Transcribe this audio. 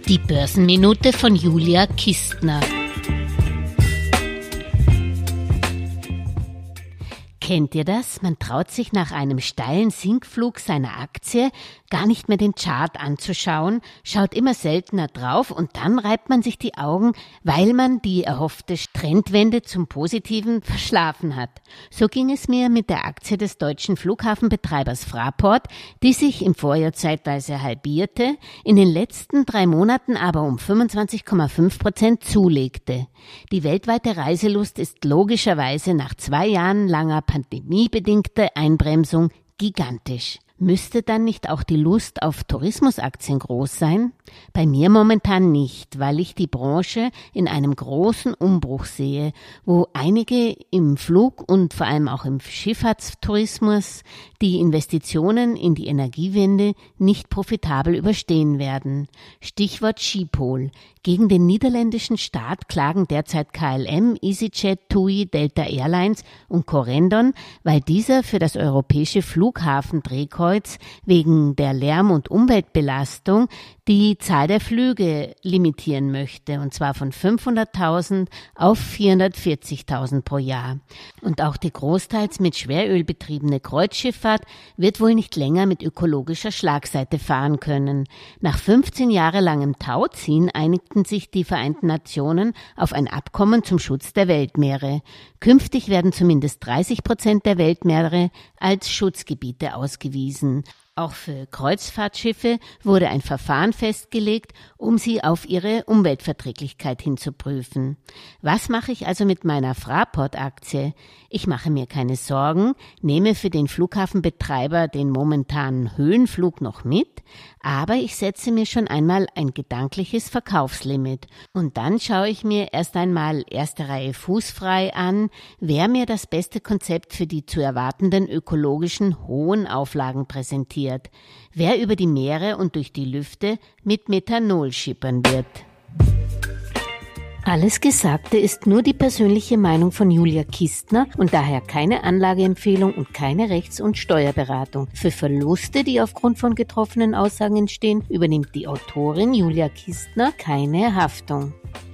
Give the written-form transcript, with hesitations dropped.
Die Börsenminute von Julia Kistner. Kennt ihr das? Man traut sich nach einem steilen Sinkflug seiner Aktie gar nicht mehr den Chart anzuschauen, schaut immer seltener drauf und dann reibt man sich die Augen, weil man die erhoffte Trendwende zum Positiven verschlafen hat. So ging es mir mit der Aktie des deutschen Flughafenbetreibers Fraport, die sich im Vorjahr zeitweise halbierte, in den letzten 3 Monaten aber um 25,5% zulegte. Die weltweite Reiselust ist logischerweise nach 2 Jahren langer pandemiebedingter Einbremsung gigantisch. Müsste dann nicht auch die Lust auf Tourismusaktien groß sein? Bei mir momentan nicht, weil ich die Branche in einem großen Umbruch sehe, wo einige im Flug- und vor allem auch im Schifffahrtstourismus die Investitionen in die Energiewende nicht profitabel überstehen werden. Stichwort Schiphol. Gegen den niederländischen Staat klagen derzeit KLM, EasyJet, TUI, Delta Airlines und Corendon, weil dieser für das europäische Flughafendrehkreuz wegen der Lärm- und Umweltbelastung die Zahl der Flüge limitieren möchte, und zwar von 500.000 auf 440.000 pro Jahr. Und auch die großteils mit Schweröl betriebene Kreuzschifffahrt wird wohl nicht länger mit ökologischer Schlagseite fahren können. Nach 15 Jahre langem Tauziehen einigten sich die Vereinten Nationen auf ein Abkommen zum Schutz der Weltmeere. Künftig werden zumindest 30% der Weltmeere als Schutzgebiete ausgewiesen. Auch für Kreuzfahrtschiffe wurde ein Verfahren festgelegt, um sie auf ihre Umweltverträglichkeit hin zu prüfen. Was mache ich also mit meiner Fraport-Aktie? Ich mache mir keine Sorgen, nehme für den Flughafenbetreiber den momentanen Höhenflug noch mit, aber ich setze mir schon einmal ein gedankliches Verkaufslimit. Und dann schaue ich mir erst einmal erste Reihe fußfrei an, wer mir das beste Konzept für die zu erwartenden ökologischen hohen Auflagen präsentiert. Wer über die Meere und durch die Lüfte mit Methanol schippern wird. Alles Gesagte ist nur die persönliche Meinung von Julia Kistner und daher keine Anlageempfehlung und keine Rechts- und Steuerberatung. Für Verluste, die aufgrund von getroffenen Aussagen entstehen, übernimmt die Autorin Julia Kistner keine Haftung.